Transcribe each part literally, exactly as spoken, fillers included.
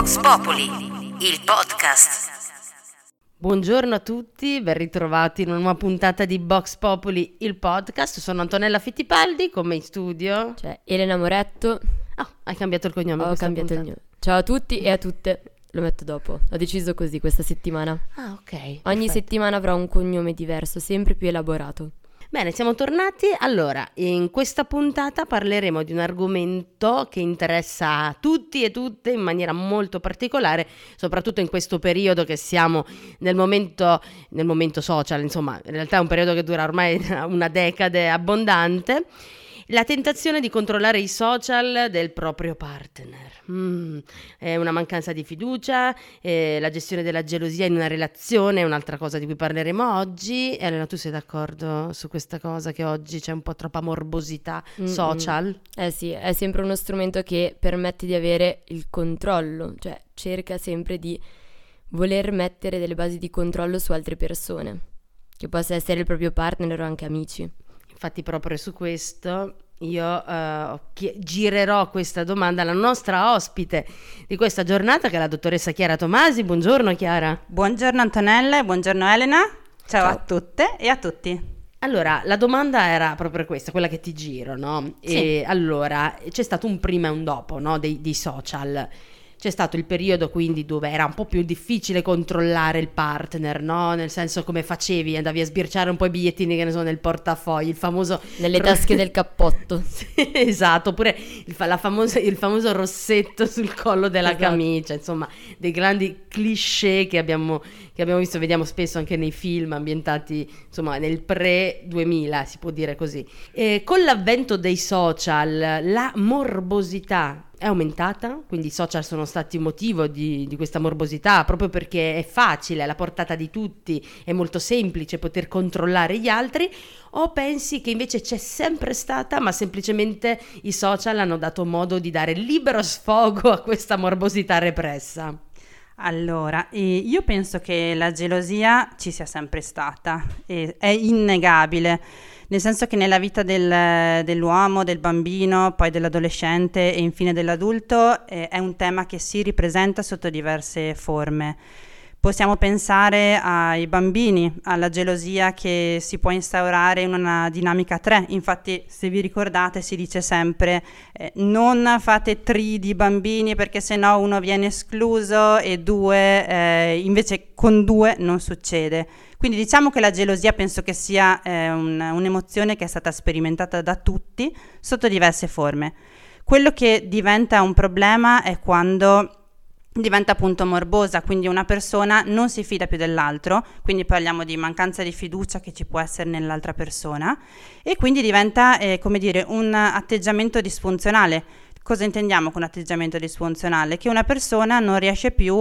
Vox Populi, il podcast. Buongiorno a tutti, ben ritrovati in una nuova puntata di Vox Populi, il podcast. Sono Antonella Fittipaldi, con me in studio. Cioè, Elena Moretto. Oh, hai cambiato il cognome. Ho cambiato puntata. il mio. Ciao a tutti e a tutte. Lo metto dopo. Ho deciso così questa settimana. Ah, ok. Ogni perfetto. settimana avrà un cognome diverso, sempre più elaborato. Bene, siamo tornati. Allora, in questa puntata parleremo di un argomento che interessa a tutti e tutte in maniera molto particolare, soprattutto in questo periodo che siamo nel momento, nel momento social, insomma, in realtà è un periodo che dura ormai una decade abbondante. La tentazione di controllare i social del proprio partner. Mm, è una mancanza di fiducia, eh, la gestione della gelosia in una relazione è un'altra cosa di cui parleremo oggi. Elena, tu sei d'accordo su questa cosa, che oggi c'è un po' troppa morbosità Mm-mm. social? Eh sì, è sempre uno strumento che permette di avere il controllo, cioè cerca sempre di voler mettere delle basi di controllo su altre persone, che possa essere il proprio partner o anche amici. Infatti proprio su questo io uh, chi- girerò questa domanda alla nostra ospite di questa giornata, che è la dottoressa Chiara Tomasi. Buongiorno Chiara. Buongiorno Antonella e buongiorno Elena. Ciao, Ciao. a tutte e a tutti. Allora, la domanda era proprio questa, quella che ti giro, no? Sì. E allora, c'è stato un prima e un dopo, no? Dei, dei social. C'è stato il periodo quindi dove era un po' più difficile controllare il partner, no? Nel senso, come facevi? Andavi a sbirciare un po' i bigliettini che ne sono nel portafoglio, il famoso... Nelle tasche del cappotto. Sì, esatto, oppure il, fa- la famosa, il famoso rossetto sul collo della Esatto. camicia, insomma, dei grandi cliché che abbiamo, che abbiamo visto, vediamo spesso anche nei film ambientati, insomma, nel pre duemila, si può dire così. E con l'avvento dei social, la morbosità è aumentata, quindi i social sono stati motivo di, di questa morbosità, proprio perché è facile, è alla portata di tutti, è molto semplice poter controllare gli altri, o pensi che invece c'è sempre stata, ma semplicemente i social hanno dato modo di dare libero sfogo a questa morbosità repressa? Allora, eh, io penso che la gelosia ci sia sempre stata, e è innegabile, nel senso che nella vita del- dell'uomo, del bambino, poi dell'adolescente e infine dell'adulto eh, è un tema che si ripresenta sotto diverse forme. Possiamo pensare ai bambini, alla gelosia che si può instaurare in una dinamica a tre. Infatti, se vi ricordate, si dice sempre eh, non fate tri di bambini perché sennò uno viene escluso e due, eh, invece con due non succede. Quindi diciamo che la gelosia penso che sia eh, un- un'emozione che è stata sperimentata da tutti sotto diverse forme. Quello che diventa un problema è quando diventa appunto morbosa, quindi una persona non si fida più dell'altro, quindi parliamo di mancanza di fiducia che ci può essere nell'altra persona, e quindi diventa, eh, come dire, un atteggiamento disfunzionale. Cosa intendiamo con atteggiamento disfunzionale? Che una persona non riesce più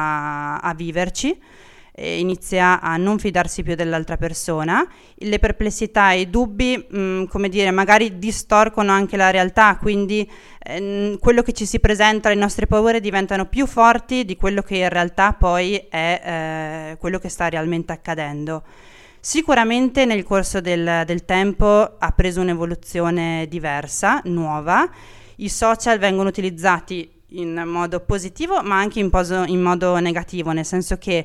a, a viverci, eh, inizia a non fidarsi più dell'altra persona, le perplessità e i dubbi, mh, come dire, magari distorcono anche la realtà, quindi ehm, quello che ci si presenta, le nostre paure diventano più forti di quello che in realtà poi è eh, quello che sta realmente accadendo. Sicuramente nel corso del, del tempo ha preso un'evoluzione diversa, nuova. I social vengono utilizzati in modo positivo ma anche in, poso- in modo negativo, nel senso che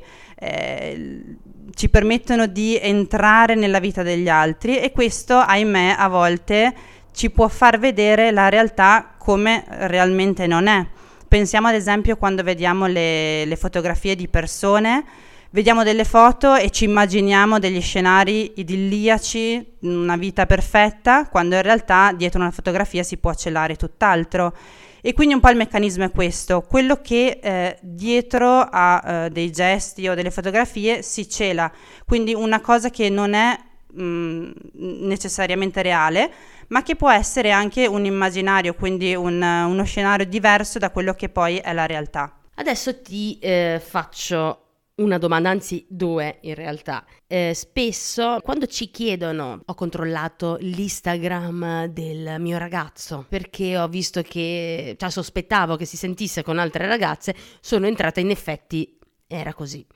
eh, ci permettono di entrare nella vita degli altri, e questo, ahimè, a volte ci può far vedere la realtà come realmente non è. Pensiamo ad esempio quando vediamo le, le fotografie di persone, vediamo delle foto e ci immaginiamo degli scenari idilliaci, una vita perfetta, quando in realtà dietro una fotografia si può celare tutt'altro. E quindi un po' il meccanismo è questo: quello che eh, dietro a eh, dei gesti o delle fotografie si cela, quindi una cosa che non è mh, necessariamente reale, ma che può essere anche un immaginario, quindi un, uno scenario diverso da quello che poi è la realtà. Adesso ti eh, faccio una domanda, anzi due in realtà. Eh, spesso quando ci chiedono: ho controllato l'Instagram del mio ragazzo perché ho visto che, cioè sospettavo che si sentisse con altre ragazze, sono entrata, in effetti era così.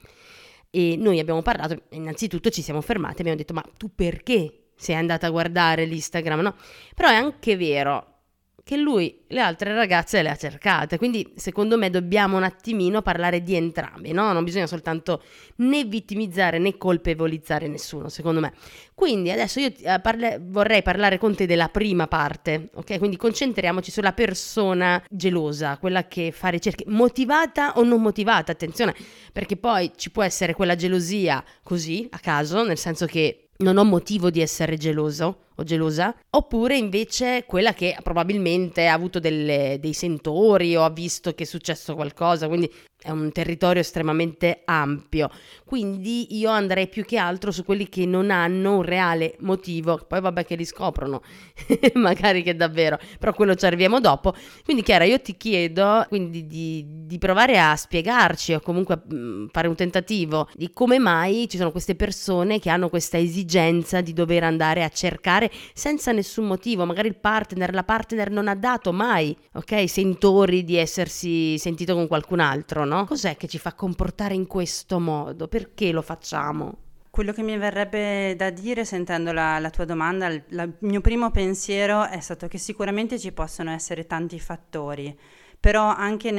E noi abbiamo parlato, innanzitutto ci siamo fermati e abbiamo detto: ma tu perché sei andata a guardare l'Instagram, no? Però è anche vero che lui le altre ragazze le ha cercate, quindi secondo me dobbiamo un attimino parlare di entrambi, no? Non bisogna soltanto né vittimizzare né colpevolizzare nessuno, secondo me. Quindi adesso io eh, parle- vorrei parlare con te della prima parte, ok? Quindi concentriamoci sulla persona gelosa, quella che fa ricerche, motivata o non motivata, attenzione, perché poi ci può essere quella gelosia così, a caso, nel senso che non ho motivo di essere geloso o gelosa, oppure invece quella che probabilmente ha avuto delle, dei sentori o ha visto che è successo qualcosa, quindi è un territorio estremamente ampio. Quindi io andrei più che altro su quelli che non hanno un reale motivo, poi vabbè che li scoprono, magari che davvero, però quello ci arriviamo dopo. Quindi Chiara, io ti chiedo quindi di, di provare a spiegarci o comunque mh, fare un tentativo di come mai ci sono queste persone che hanno questa esigenza di dover andare a cercare senza nessun motivo, magari il partner, la partner non ha dato mai, ok, sentori di essersi sentito con qualcun altro, no? Cos'è che ci fa comportare in questo modo? Perché lo facciamo? Quello che mi verrebbe da dire sentendo la, la tua domanda, il la- mio primo pensiero è stato che sicuramente ci possono essere tanti fattori, però anche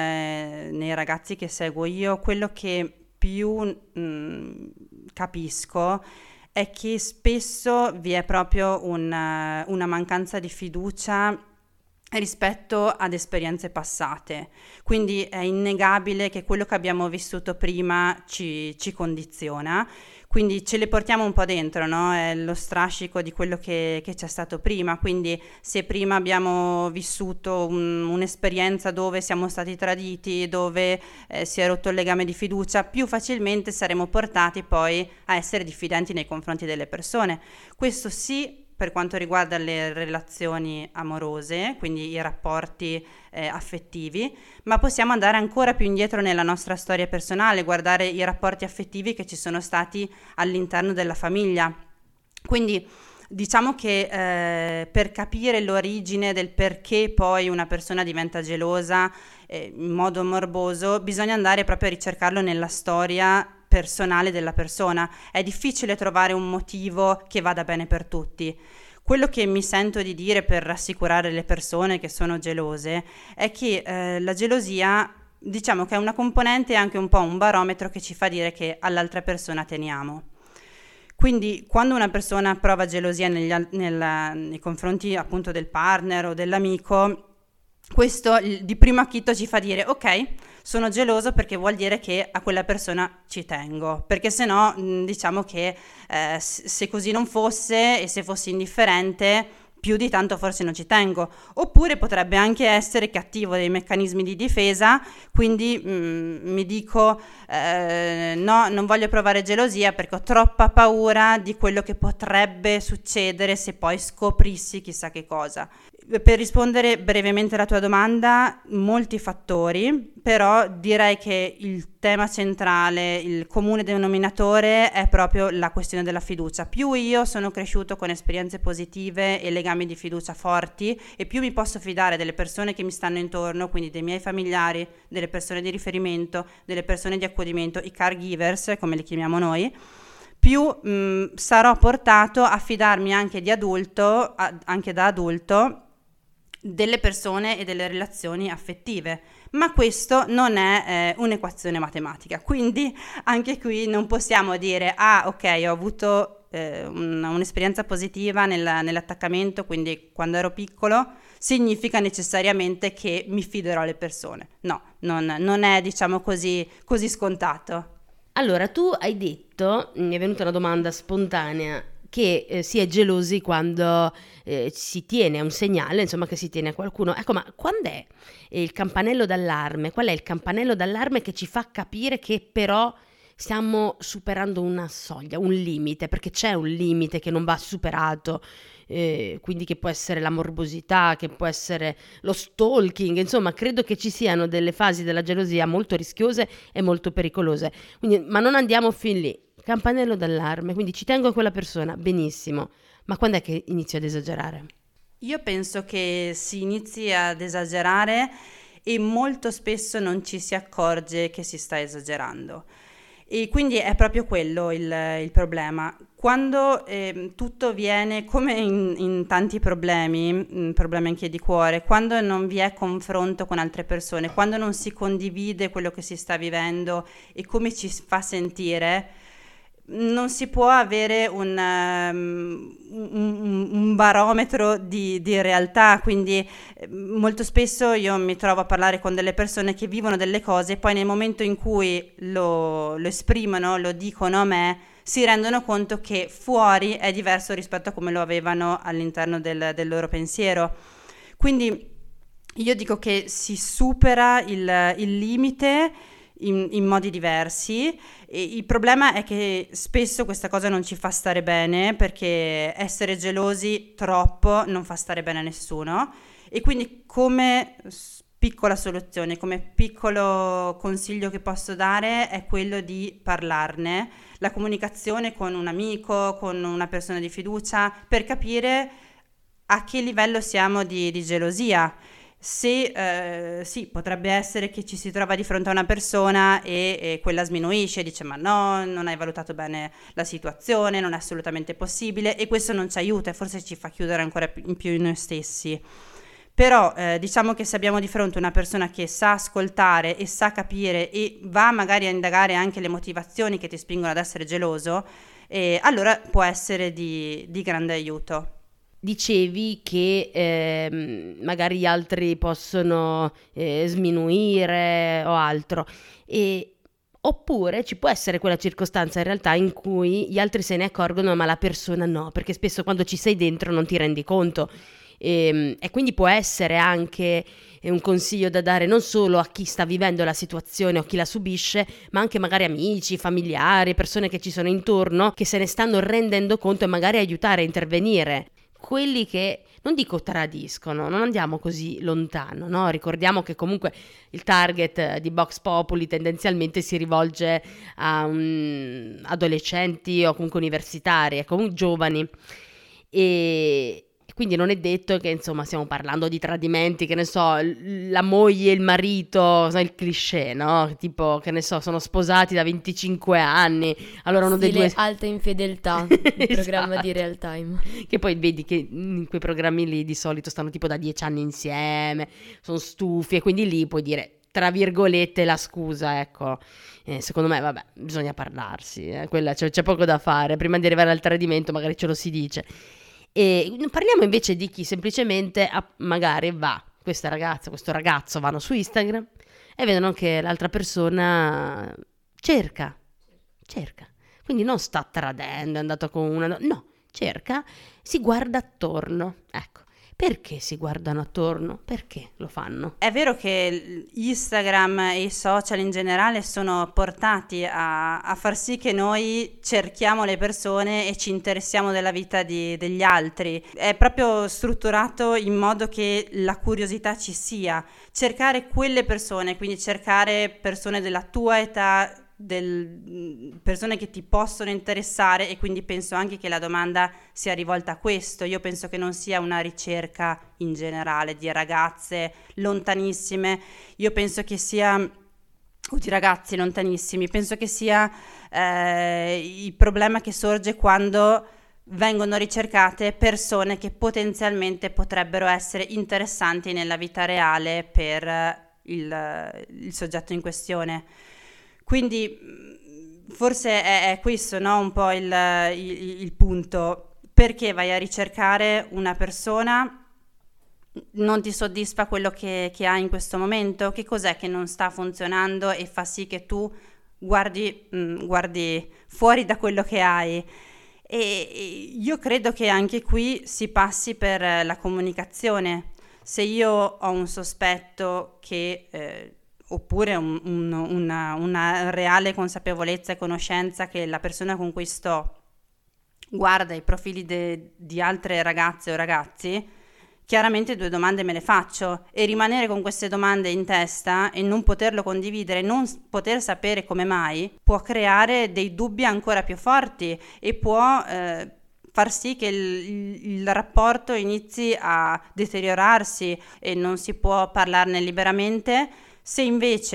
nel- nei ragazzi che seguo io, quello che più mh, capisco è che spesso vi è proprio un- una mancanza di fiducia rispetto ad esperienze passate. Quindi è innegabile che quello che abbiamo vissuto prima ci, ci condiziona, quindi ce le portiamo un po' dentro, no? È lo strascico di quello che, che c'è stato prima, quindi se prima abbiamo vissuto un- un'esperienza dove siamo stati traditi, dove eh, si è rotto il legame di fiducia, più facilmente saremo portati poi a essere diffidenti nei confronti delle persone. Questo sì, per quanto riguarda le relazioni amorose, quindi i rapporti eh, affettivi, ma possiamo andare ancora più indietro nella nostra storia personale, guardare i rapporti affettivi che ci sono stati all'interno della famiglia. Quindi diciamo che eh, per capire l'origine del perché poi una persona diventa gelosa eh, in modo morboso, bisogna andare proprio a ricercarlo nella storia personale della persona. È difficile trovare un motivo che vada bene per tutti. Quello che mi sento di dire per rassicurare le persone che sono gelose è che eh, la gelosia, diciamo che è una componente e anche un po' un barometro che ci fa dire che all'altra persona teniamo. Quindi quando una persona prova gelosia negli al- nel- nei confronti appunto del partner o dell'amico, questo il- di primo acchito ci fa dire ok, sono geloso perché vuol dire che a quella persona ci tengo, perché se no mh, diciamo che eh, s- se così non fosse e se fossi indifferente più di tanto forse non ci tengo. Oppure potrebbe anche essere che attivo dei meccanismi di difesa, quindi mh, mi dico eh, no, non voglio provare gelosia perché ho troppa paura di quello che potrebbe succedere se poi scoprissi chissà che cosa. Per rispondere brevemente alla tua domanda, molti fattori, però direi che il tema centrale, il comune denominatore è proprio la questione della fiducia. Più io sono cresciuto con esperienze positive e legami di fiducia forti e più mi posso fidare delle persone che mi stanno intorno, quindi dei miei familiari, delle persone di riferimento, delle persone di accudimento, i caregivers, come li chiamiamo noi, più mh, sarò portato a fidarmi anche di adulto, a, anche da adulto, delle persone e delle relazioni affettive, ma questo non è eh, un'equazione matematica, quindi anche qui non possiamo dire ah ok ho avuto eh, un, un'esperienza positiva nel, nell'attaccamento, quindi quando ero piccolo significa necessariamente che mi fiderò alle persone. No, non, non è diciamo così, così scontato. Allora, tu hai detto, mi è venuta una domanda spontanea, che eh, si è gelosi quando eh, si tiene a un segnale, insomma che si tiene a qualcuno. Ecco, ma quando è il campanello d'allarme? Qual è il campanello d'allarme che ci fa capire che però stiamo superando una soglia, un limite, perché c'è un limite che non va superato, eh, quindi che può essere la morbosità, che può essere lo stalking, insomma credo che ci siano delle fasi della gelosia molto rischiose e molto pericolose, quindi, ma non andiamo fin lì. Campanello d'allarme, quindi ci tengo a quella persona, benissimo, ma quando è che inizio ad esagerare? Io penso che si inizi ad esagerare e molto spesso non ci si accorge che si sta esagerando. E quindi è proprio quello il, il problema. quando eh, tutto viene, come in, in tanti problemi, problemi anche di cuore, quando non vi è confronto con altre persone, quando non si condivide quello che si sta vivendo e come ci fa sentire, non si può avere un, um, un, un barometro di, di realtà. Quindi eh, molto spesso io mi trovo a parlare con delle persone che vivono delle cose e poi nel momento in cui lo, lo esprimono, lo dicono a me, si rendono conto che fuori è diverso rispetto a come lo avevano all'interno del, del loro pensiero. Quindi io dico che si supera il, il limite in, in modi diversi, e il problema è che spesso questa cosa non ci fa stare bene, perché essere gelosi troppo non fa stare bene a nessuno. E quindi, come piccola soluzione, come piccolo consiglio che posso dare, è quello di parlarne, la comunicazione con un amico, con una persona di fiducia, per capire a che livello siamo di, di gelosia. Se eh, sì, potrebbe essere che ci si trova di fronte a una persona e, e quella sminuisce e dice: ma no, non hai valutato bene la situazione, non è assolutamente possibile, e questo non ci aiuta e forse ci fa chiudere ancora in più in noi stessi. Però eh, diciamo che se abbiamo di fronte una persona che sa ascoltare e sa capire e va magari a indagare anche le motivazioni che ti spingono ad essere geloso, eh, allora può essere di, di grande aiuto. Dicevi che eh, magari gli altri possono eh, sminuire o altro, e, oppure ci può essere quella circostanza in realtà in cui gli altri se ne accorgono ma la persona no, perché spesso quando ci sei dentro non ti rendi conto, e, e quindi può essere anche un consiglio da dare non solo a chi sta vivendo la situazione o chi la subisce, ma anche magari amici, familiari, persone che ci sono intorno che se ne stanno rendendo conto, e magari aiutare a intervenire. Quelli che, non dico tradiscono, non andiamo così lontano, no? Ricordiamo che comunque il target di Vox Populi tendenzialmente si rivolge a um, adolescenti o comunque universitari, e comunque giovani, e quindi non è detto che insomma stiamo parlando di tradimenti, che ne so, la moglie e il marito, il cliché, no? Tipo, che ne so, sono sposati da venticinque anni, allora uno Stile dei due... Alta Infedeltà, il Esatto. programma di Real Time. Che poi vedi che in quei programmi lì di solito stanno tipo da dieci anni insieme, sono stufi, e quindi lì puoi dire, tra virgolette, la scusa, ecco. Eh, secondo me, vabbè, bisogna parlarsi, eh, quella, c'è, c'è poco da fare, prima di arrivare al tradimento magari ce lo si dice. E parliamo invece di chi semplicemente a, magari va, questa ragazza, questo ragazzo vanno su Instagram e vedono che l'altra persona cerca, cerca, quindi non sta tradendo, è andato con una, no, cerca, si guarda attorno, ecco. Perché si guardano attorno? Perché lo fanno? È vero che Instagram e i social in generale sono portati a, a far sì che noi cerchiamo le persone e ci interessiamo della vita di, degli altri. È proprio strutturato in modo che la curiosità ci sia. Cercare quelle persone, quindi cercare persone della tua età, del, persone che ti possono interessare, e quindi penso anche che la domanda sia rivolta a questo. Io penso che non sia una ricerca in generale di ragazze lontanissime, io penso che sia o di ragazzi lontanissimi, penso che sia eh, il problema che sorge quando vengono ricercate persone che potenzialmente potrebbero essere interessanti nella vita reale per il, il soggetto in questione. Quindi forse è, è questo, no? Un po' il, il, il punto. Perché vai a ricercare una persona? Non ti soddisfa quello che, che hai in questo momento? Che cos'è che non sta funzionando e fa sì che tu guardi, mh, guardi fuori da quello che hai? E io credo che anche qui si passi per la comunicazione. Se io ho un sospetto che... Eh, oppure un, un, una, una reale consapevolezza e conoscenza che la persona con cui sto guarda i profili de, di altre ragazze o ragazzi, chiaramente due domande me le faccio, e rimanere con queste domande in testa e non poterlo condividere, non poter sapere come mai, può creare dei dubbi ancora più forti e può eh, far sì che il, il rapporto inizi a deteriorarsi e non si può parlarne liberamente. Se invece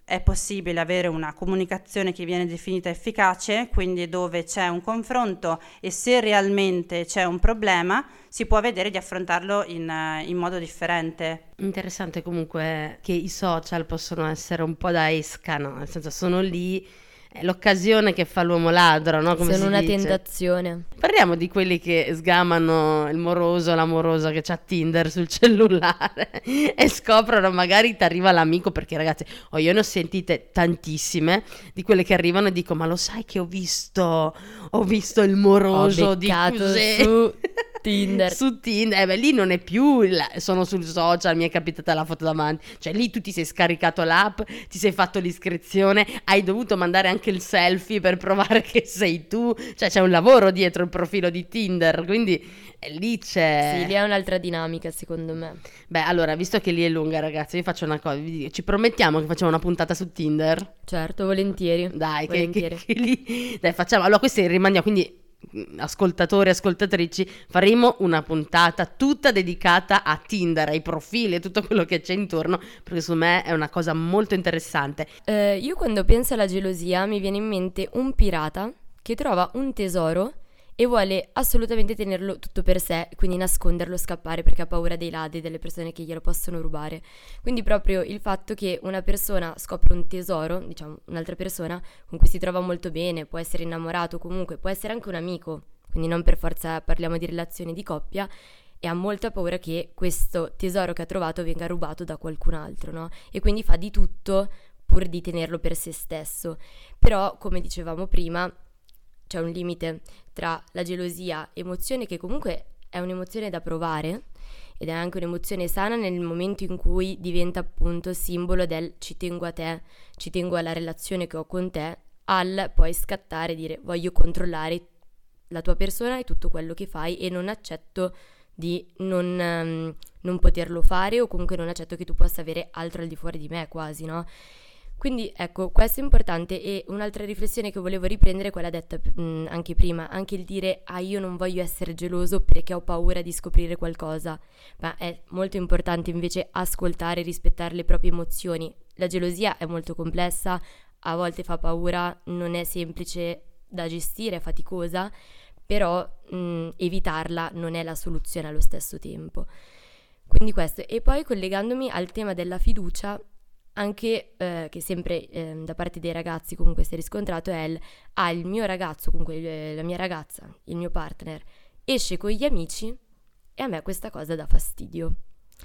è possibile avere una comunicazione che viene definita efficace, quindi dove c'è un confronto e se realmente c'è un problema si può vedere di affrontarlo in, in modo differente. Interessante comunque che i social possono essere un po' da esca, no? Nel senso, sono lì, è l'occasione che fa l'uomo ladro, no? Come sono si una dice. Tentazione. Parliamo di quelli che sgamano il moroso, l'amorosa che c'ha Tinder sul cellulare e scoprono, magari ti arriva l'amico, perché ragazzi, oh, io ne ho sentite tantissime di quelle che arrivano e dico: ma lo sai che ho visto, ho visto il moroso Ho di beccato cos'è? su Tinder. Su Tinder, eh beh, lì non è più, la- sono sul social, mi è capitata la foto davanti, cioè lì tu ti sei scaricato l'app, ti sei fatto l'iscrizione, hai dovuto mandare anche il selfie per provare che sei tu, cioè c'è un lavoro dietro il profilo di Tinder, quindi eh, lì c'è... Sì, lì è un'altra dinamica secondo me. Beh, allora, visto che lì è lunga, ragazzi, vi faccio una cosa, vi dico, ci promettiamo che facciamo una puntata su Tinder? Certo, volentieri. Dai, che, volentieri. che, che lì... Dai, facciamo, allora questi rimandiamo, quindi... ascoltatori, ascoltatrici, faremo una puntata tutta dedicata a Tinder, ai profili e tutto quello che c'è intorno, perché su me è una cosa molto interessante. Eh, io quando penso alla gelosia mi viene in mente un pirata che trova un tesoro e vuole assolutamente tenerlo tutto per sé, quindi nasconderlo, scappare perché ha paura dei ladri, delle persone che glielo possono rubare. Quindi proprio il fatto che una persona scopre un tesoro, diciamo un'altra persona con cui si trova molto bene, può essere innamorato, comunque può essere anche un amico, quindi non per forza parliamo di relazioni di coppia, e ha molta paura che questo tesoro che ha trovato venga rubato da qualcun altro, no? E quindi fa di tutto pur di tenerlo per se stesso. Però, come dicevamo prima, c'è un limite tra la gelosia, emozione che comunque è un'emozione da provare ed è anche un'emozione sana nel momento in cui diventa appunto simbolo del ci tengo a te, ci tengo alla relazione che ho con te, al poi scattare e dire voglio controllare la tua persona e tutto quello che fai e non accetto di non, um, non poterlo fare, o comunque non accetto che tu possa avere altro al di fuori di me quasi, no? Quindi ecco, questo è importante. E un'altra riflessione che volevo riprendere è quella detta mh, anche prima, anche il dire ah io non voglio essere geloso perché ho paura di scoprire qualcosa, ma è molto importante invece ascoltare e rispettare le proprie emozioni. La gelosia è molto complessa, a volte fa paura, non è semplice da gestire, è faticosa, però mh, evitarla non è la soluzione allo stesso tempo. Quindi questo. E poi collegandomi al tema della fiducia, anche eh, che sempre eh, da parte dei ragazzi comunque si è riscontrato è il ah il mio ragazzo, comunque il, la mia ragazza, il mio partner esce con gli amici e a me questa cosa dà fastidio.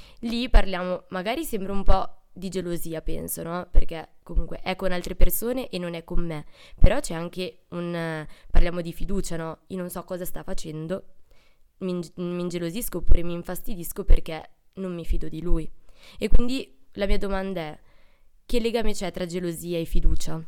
Lì parliamo, magari sembra un po' di gelosia, penso, no? Perché comunque è con altre persone e non è con me, però c'è anche un uh, parliamo di fiducia, no? Io non so cosa sta facendo, mi, mi ingelosisco oppure mi infastidisco perché non mi fido di lui. E quindi la mia domanda è: che legame c'è tra gelosia e fiducia?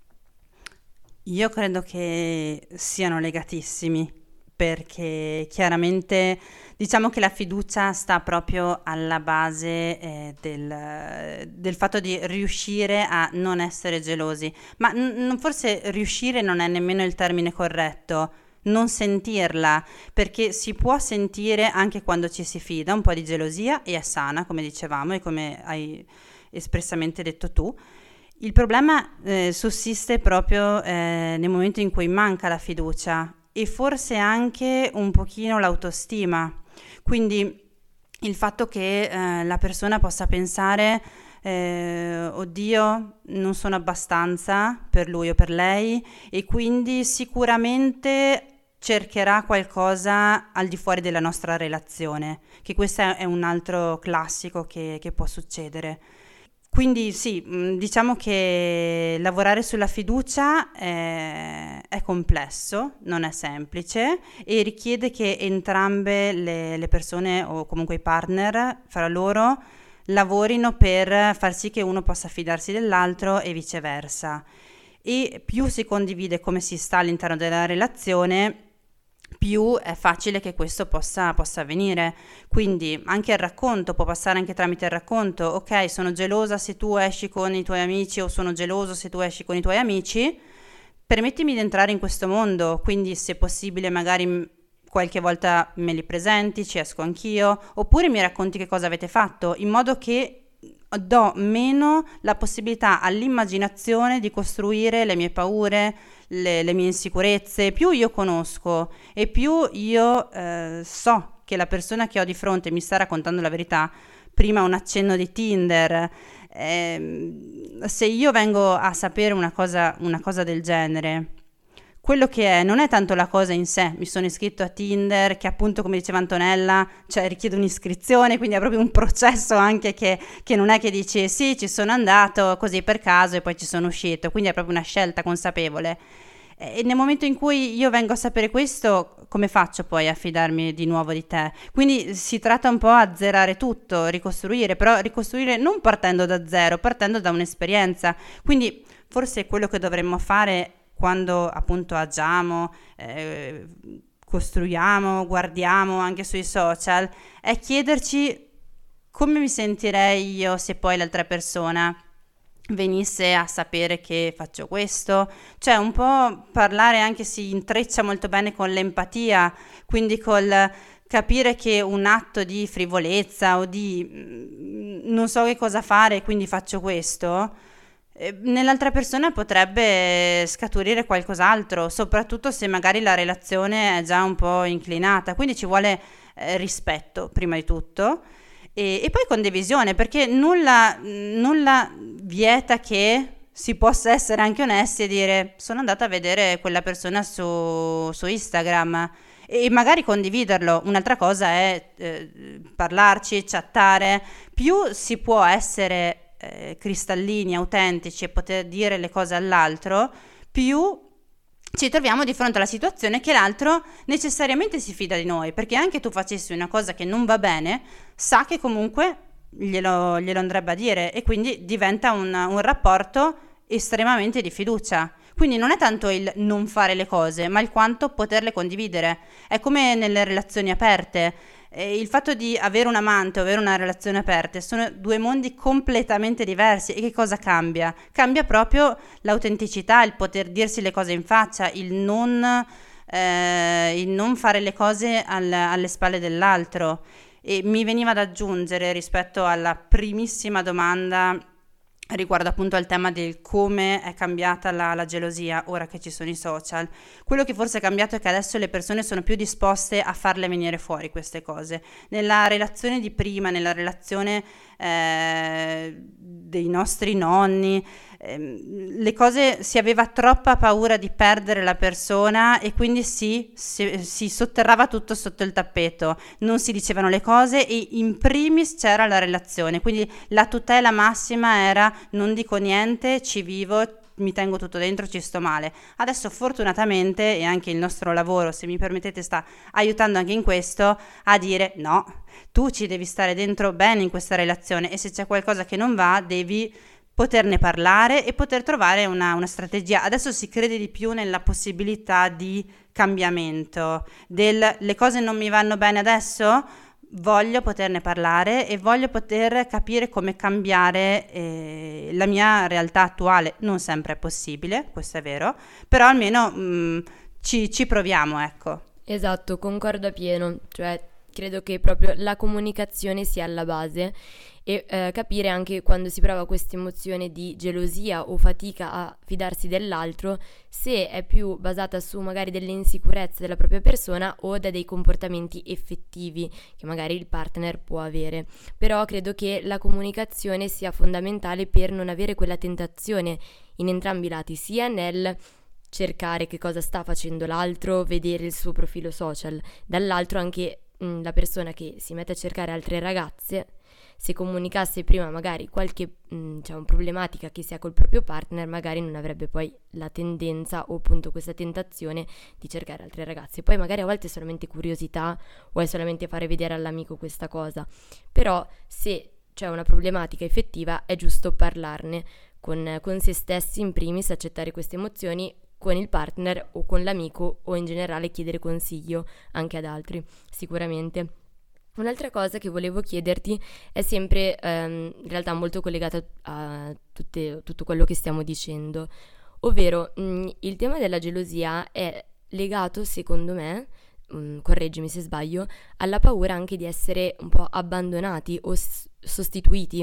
Io credo che siano legatissimi, perché chiaramente diciamo che la fiducia sta proprio alla base eh, del, del fatto di riuscire a non essere gelosi, ma n- forse riuscire non è nemmeno il termine corretto, non sentirla, perché si può sentire anche quando ci si fida un po' di gelosia e è sana, come dicevamo e come hai espressamente detto tu. Il problema eh, sussiste proprio eh, nel momento in cui manca la fiducia e forse anche un pochino l'autostima, quindi il fatto che eh, la persona possa pensare eh, oddio, non sono abbastanza per lui o per lei, e quindi sicuramente cercherà qualcosa al di fuori della nostra relazione, che questo è un altro classico che, che può succedere. Quindi sì, diciamo che lavorare sulla fiducia è, è complesso, non è semplice e richiede che entrambe le, le persone o comunque i partner fra loro lavorino per far sì che uno possa fidarsi dell'altro e viceversa. E più si condivide come si sta all'interno della relazione, più è facile che questo possa, possa avvenire. Quindi anche il racconto può passare anche tramite il racconto. Ok, sono gelosa se tu esci con i tuoi amici, o sono geloso se tu esci con i tuoi amici, permettimi di entrare in questo mondo, quindi se possibile magari qualche volta me li presenti, ci esco anch'io, oppure mi racconti che cosa avete fatto, in modo che do meno la possibilità all'immaginazione di costruire le mie paure, le, le mie insicurezze. Più io conosco e più io eh, so che la persona che ho di fronte mi sta raccontando la verità. Prima un accenno di Tinder, eh, se io vengo a sapere una cosa, una cosa del genere, quello che è non è tanto la cosa in sé. Mi sono iscritto a Tinder, che appunto, come diceva Antonella, cioè richiede un'iscrizione, quindi è proprio un processo anche che, che non è che dici sì, ci sono andato così per caso e poi ci sono uscito, quindi è proprio una scelta consapevole. E nel momento in cui io vengo a sapere questo, come faccio poi a fidarmi di nuovo di te? Quindi si tratta un po' a azzerare tutto, ricostruire, però ricostruire non partendo da zero, partendo da un'esperienza. Quindi forse quello che dovremmo fare quando appunto agiamo, eh, costruiamo, guardiamo anche sui social, è chiederci come mi sentirei io se poi l'altra persona venisse a sapere che faccio questo. Cioè un po' parlare anche si intreccia molto bene con l'empatia, quindi col capire che un atto di frivolezza o di non so che cosa fare, quindi faccio questo, nell'altra persona potrebbe scaturire qualcos'altro, soprattutto se magari la relazione è già un po' inclinata. Quindi ci vuole eh, rispetto prima di tutto e, e poi condivisione, perché nulla, nulla vieta che si possa essere anche onesti e dire sono andata a vedere quella persona su, su Instagram e magari condividerlo. Un'altra cosa è eh, parlarci, chattare. Più si può essere Eh, cristallini, autentici e poter dire le cose all'altro, più ci troviamo di fronte alla situazione che l'altro necessariamente si fida di noi, perché anche tu facessi una cosa che non va bene, sa che comunque glielo, glielo andrebbe a dire e quindi diventa un, un rapporto estremamente di fiducia. Quindi non è tanto il non fare le cose, ma il quanto poterle condividere. È come nelle relazioni aperte. Eh, il fatto di avere un amante o avere una relazione aperta sono due mondi completamente diversi. E che cosa cambia? Cambia proprio l'autenticità, il poter dirsi le cose in faccia, il non, eh, il non fare le cose al, alle spalle dell'altro. E mi veniva da aggiungere rispetto alla primissima domanda riguardo appunto al tema del come è cambiata la, la gelosia ora che ci sono i social. Quello che forse è cambiato è che adesso le persone sono più disposte a farle venire fuori queste cose. Nella relazione di prima, nella relazione eh, dei nostri nonni, eh, le cose, si aveva troppa paura di perdere la persona e quindi si, si, si sotterrava tutto sotto il tappeto, non si dicevano le cose e in primis c'era la relazione, quindi la tutela massima era non dico niente, ci vivo, mi tengo tutto dentro, ci sto male. Adesso fortunatamente, e anche il nostro lavoro, se mi permettete, sta aiutando anche in questo, a dire no, tu ci devi stare dentro bene in questa relazione e se c'è qualcosa che non va devi poterne parlare e poter trovare una, una strategia. Adesso si crede di più nella possibilità di cambiamento, del le cose non mi vanno bene adesso, voglio poterne parlare e voglio poter capire come cambiare eh, la mia realtà attuale. Non sempre è possibile, questo è vero, però almeno mh, ci, ci proviamo, ecco. Esatto, concordo appieno, cioè credo che proprio la comunicazione sia alla base e eh, capire anche quando si prova questa emozione di gelosia o fatica a fidarsi dell'altro, se è più basata su magari delle insicurezze della propria persona o da dei comportamenti effettivi che magari il partner può avere. Però credo che la comunicazione sia fondamentale per non avere quella tentazione in entrambi i lati, sia nel cercare che cosa sta facendo l'altro, vedere il suo profilo social, dall'altro anche mh, la persona che si mette a cercare altre ragazze, se comunicasse prima magari qualche mh, diciamo, problematica che si ha col proprio partner, magari non avrebbe poi la tendenza o appunto questa tentazione di cercare altre ragazze. Poi magari a volte è solamente curiosità o è solamente fare vedere all'amico questa cosa, però se c'è una problematica effettiva è giusto parlarne con, con se stessi in primis, accettare queste emozioni, con il partner o con l'amico o in generale chiedere consiglio anche ad altri, sicuramente. Un'altra cosa che volevo chiederti è sempre ehm, in realtà molto collegata a tutte, tutto quello che stiamo dicendo, ovvero mh, il tema della gelosia è legato, secondo me, mh, correggimi se sbaglio, alla paura anche di essere un po' abbandonati o s- sostituiti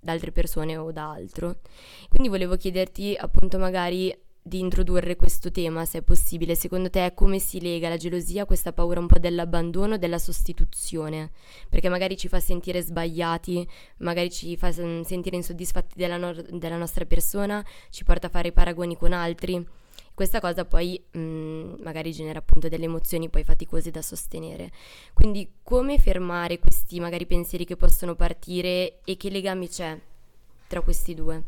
da altre persone o da altro. Quindi volevo chiederti appunto magari di introdurre questo tema, se è possibile. Secondo te come si lega la gelosia a questa paura un po' dell'abbandono, della sostituzione? Perché magari ci fa sentire sbagliati, magari ci fa sentire insoddisfatti della, no- della nostra persona, ci porta a fare i paragoni con altri. Questa cosa poi mh, magari genera appunto delle emozioni poi faticose da sostenere. Quindi come fermare questi magari pensieri che possono partire e che legame c'è tra questi due?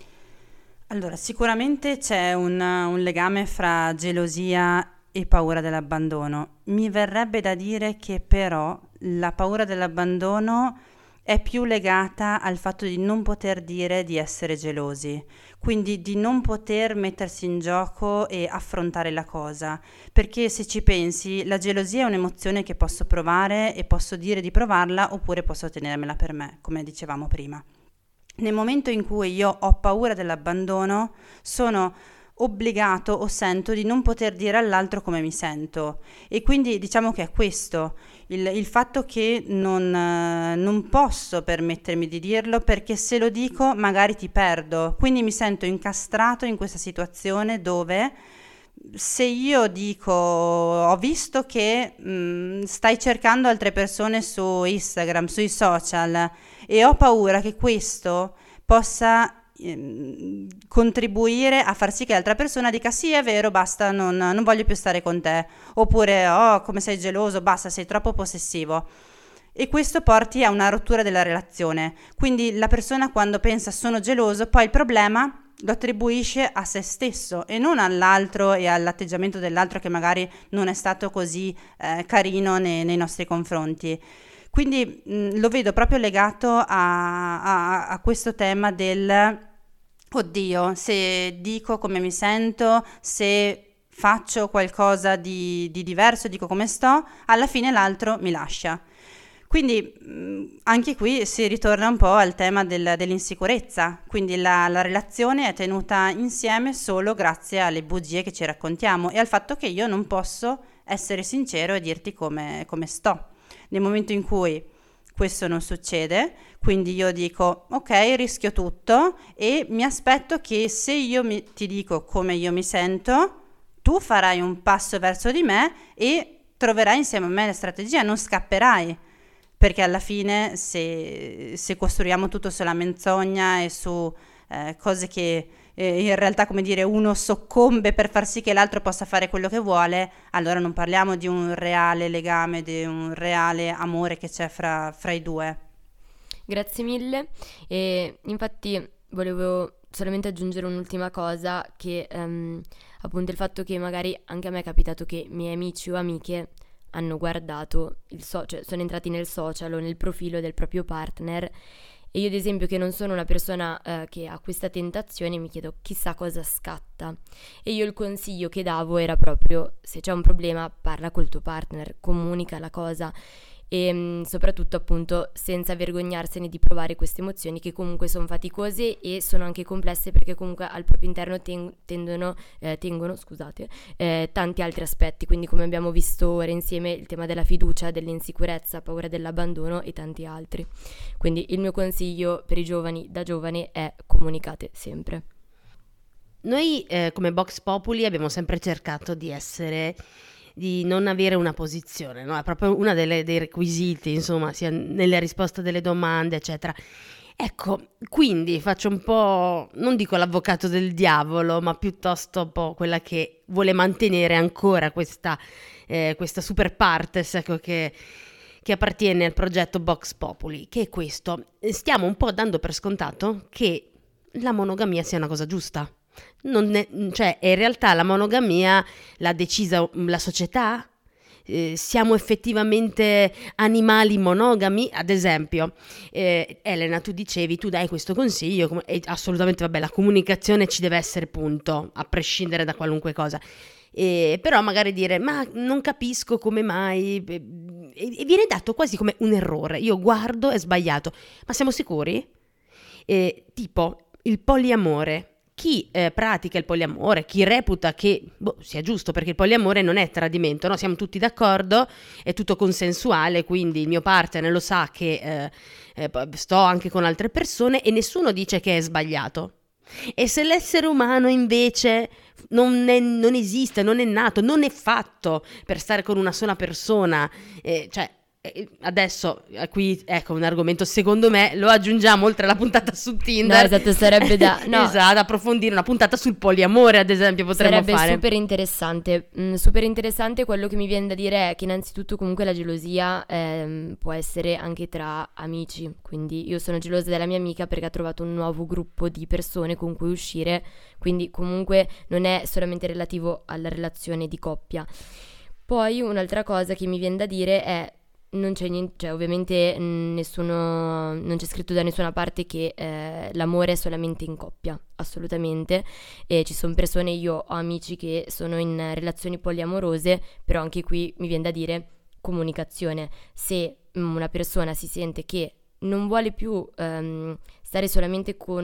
Allora, sicuramente c'è un, un legame fra gelosia e paura dell'abbandono. Mi verrebbe da dire che però la paura dell'abbandono è più legata al fatto di non poter dire di essere gelosi, quindi di non poter mettersi in gioco e affrontare la cosa, perché se ci pensi, la gelosia è un'emozione che posso provare e posso dire di provarla oppure posso tenermela per me, come dicevamo prima. Nel momento in cui io ho paura dell'abbandono, sono obbligato o sento di non poter dire all'altro come mi sento, e quindi diciamo che è questo il, il fatto che non, eh, non posso permettermi di dirlo, perché se lo dico magari ti perdo, quindi mi sento incastrato in questa situazione dove se io dico ho visto che mh, stai cercando altre persone su Instagram, sui social, e ho paura che questo possa ehm, contribuire a far sì che l'altra persona dica sì, è vero, basta, non, non voglio più stare con te, oppure oh, come sei geloso, basta, sei troppo possessivo, e questo porti a una rottura della relazione. Quindi la persona, quando pensa sono geloso, poi il problema lo attribuisce a se stesso e non all'altro e all'atteggiamento dell'altro che magari non è stato così eh, carino nei, nei nostri confronti. Quindi mh, lo vedo proprio legato a, a, a questo tema del oddio, se dico come mi sento, se faccio qualcosa di, di diverso, dico come sto, alla fine l'altro mi lascia. Quindi mh, anche qui si ritorna un po' al tema del, dell'insicurezza, quindi la, la relazione è tenuta insieme solo grazie alle bugie che ci raccontiamo e al fatto che io non posso essere sincero e dirti come, come sto. Nel momento in cui questo non succede, quindi io dico ok, rischio tutto e mi aspetto che se io mi, ti dico come io mi sento, tu farai un passo verso di me e troverai insieme a me la strategia, non scapperai. Perché alla fine se, se costruiamo tutto sulla menzogna e su eh, cose che eh, in realtà, come dire, uno soccombe per far sì che l'altro possa fare quello che vuole, allora non parliamo di un reale legame, di un reale amore che c'è fra, fra i due. Grazie mille. E infatti volevo solamente aggiungere un'ultima cosa, che um, appunto il fatto che magari anche a me è capitato che i miei amici o amiche hanno guardato il so- cioè sono entrati nel social o nel profilo del proprio partner, e io ad esempio, che non sono una persona eh, che ha questa tentazione, mi chiedo chissà cosa scatta, e io il consiglio che davo era proprio: se c'è un problema parla col tuo partner, comunica la cosa, e mh, soprattutto appunto senza vergognarsene di provare queste emozioni, che comunque sono faticose e sono anche complesse, perché comunque al proprio interno ten- tendono, eh, tengono scusate, eh, tanti altri aspetti, quindi come abbiamo visto ora insieme il tema della fiducia, dell'insicurezza, paura dell'abbandono e tanti altri. Quindi il mio consiglio per i giovani da giovane è: comunicate sempre. Noi eh, come Vox Populi abbiamo sempre cercato di essere di non avere una posizione, no? È proprio una delle, dei requisiti, insomma, sia nelle risposte delle domande, eccetera. Ecco, quindi faccio un po', non dico l'avvocato del diavolo, ma piuttosto un po' quella che vuole mantenere ancora questa, eh, questa super partes, ecco, che, che appartiene al progetto Vox Populi, che è questo. Stiamo un po' dando per scontato che la monogamia sia una cosa giusta. Non è, cioè, in realtà la monogamia l'ha decisa la società? Eh, siamo effettivamente animali monogami? Ad esempio, eh, Elena, tu dicevi, tu dai questo consiglio, e assolutamente, vabbè, la comunicazione ci deve essere, punto, a prescindere da qualunque cosa. Eh, però magari dire, ma non capisco come mai, e, e viene dato quasi come un errore. Io guardo, è sbagliato, ma siamo sicuri? Eh, tipo il poliamore, chi eh, pratica il poliamore, chi reputa che boh, sia giusto, perché il poliamore non è tradimento, no? Siamo tutti d'accordo, è tutto consensuale, quindi il mio partner lo sa che eh, eh, sto anche con altre persone e nessuno dice che è sbagliato. E se l'essere umano invece non, è, non esiste, non è nato, non è fatto per stare con una sola persona, eh, cioè adesso qui ecco un argomento, secondo me lo aggiungiamo oltre alla puntata su Tinder. No, esatto, sarebbe da no. esatto, approfondire una puntata sul poliamore, ad esempio, potremmo sarebbe fare. super interessante. Mm, super interessante. Quello che mi viene da dire è che innanzitutto comunque la gelosia ehm, può essere anche tra amici, quindi io sono gelosa della mia amica perché ha trovato un nuovo gruppo di persone con cui uscire, quindi comunque non è solamente relativo alla relazione di coppia. Poi un'altra cosa che mi viene da dire è non c'è niente, cioè ovviamente nessuno, non c'è scritto da nessuna parte che eh, l'amore è solamente in coppia, assolutamente, e ci sono persone, io ho amici che sono in relazioni poliamorose, però anche qui mi viene da dire comunicazione. Se una persona si sente che non vuole più um, stare solamente con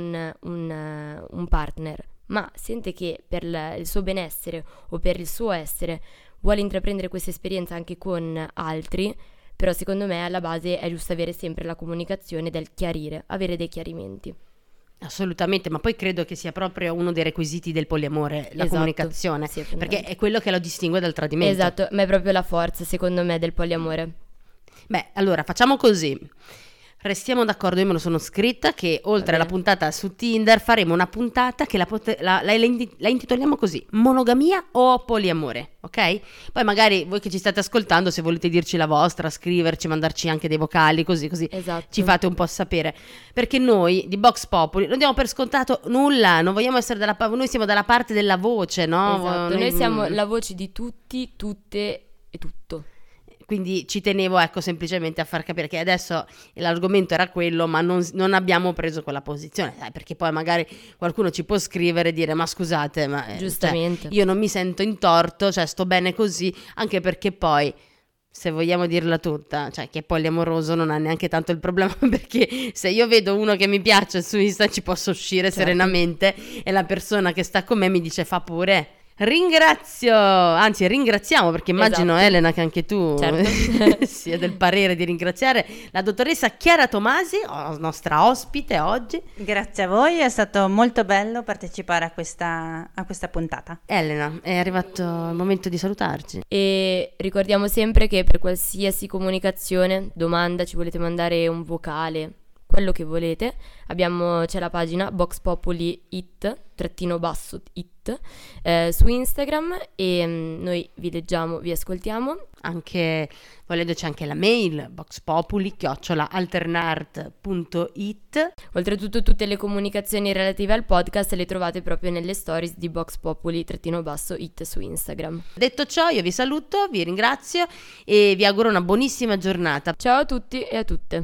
un, uh, un partner, ma sente che per la, il suo benessere o per il suo essere vuole intraprendere questa esperienza anche con altri, però secondo me alla base è giusto avere sempre la comunicazione del chiarire, avere dei chiarimenti. Assolutamente, ma poi credo che sia proprio uno dei requisiti del poliamore, la esatto, comunicazione, sì, perché è quello che lo distingue dal tradimento. Esatto, ma è proprio la forza secondo me del poliamore. Beh, allora facciamo così. Restiamo d'accordo, io me lo sono scritta, che oltre alla puntata su Tinder faremo una puntata che la, pot- la, la, la intitoliamo così: monogamia o poliamore, ok? Poi magari voi che ci state ascoltando, se volete dirci la vostra, scriverci, mandarci anche dei vocali, così così esatto. Ci fate un po' sapere, perché noi di Vox Populi non diamo per scontato nulla, non vogliamo essere dalla pa- noi siamo dalla parte della voce, no? Esatto, noi, noi siamo la voce di tutti, tutte e tutto. Quindi ci tenevo, ecco, semplicemente a far capire che adesso l'argomento era quello, ma non, non abbiamo preso quella posizione, eh, perché poi magari qualcuno ci può scrivere e dire ma scusate, ma eh, giustamente, cioè, io non mi sento in torto, cioè sto bene così, anche perché poi, se vogliamo dirla tutta, cioè che poliamoroso non ha neanche tanto il problema, perché se io vedo uno che mi piace su Insta ci posso uscire certo. serenamente, e la persona che sta con me mi dice fa pure. Ringrazio, anzi ringraziamo, perché immagino esatto. Elena che anche tu certo. sia del parere di ringraziare la dottoressa Chiara Tomasi, nostra ospite oggi. Grazie a voi, è stato molto bello partecipare a questa, a questa puntata. Elena, è arrivato il momento di salutarci. E ricordiamo sempre che per qualsiasi comunicazione, domanda, ci volete mandare un vocale, quello che volete, abbiamo, c'è la pagina Vox Populi It, trattino basso It, eh, su Instagram, e mh, noi vi leggiamo, vi ascoltiamo. Anche, volendo, c'è anche la mail voxpopuli chiocciola alternart punto it. Oltretutto tutte le comunicazioni relative al podcast le trovate proprio nelle stories di Vox Populi trattino basso It su Instagram. Detto ciò, io vi saluto, vi ringrazio e vi auguro una buonissima giornata. Ciao a tutti e a tutte.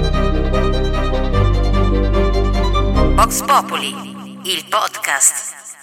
Vox Populi, il podcast.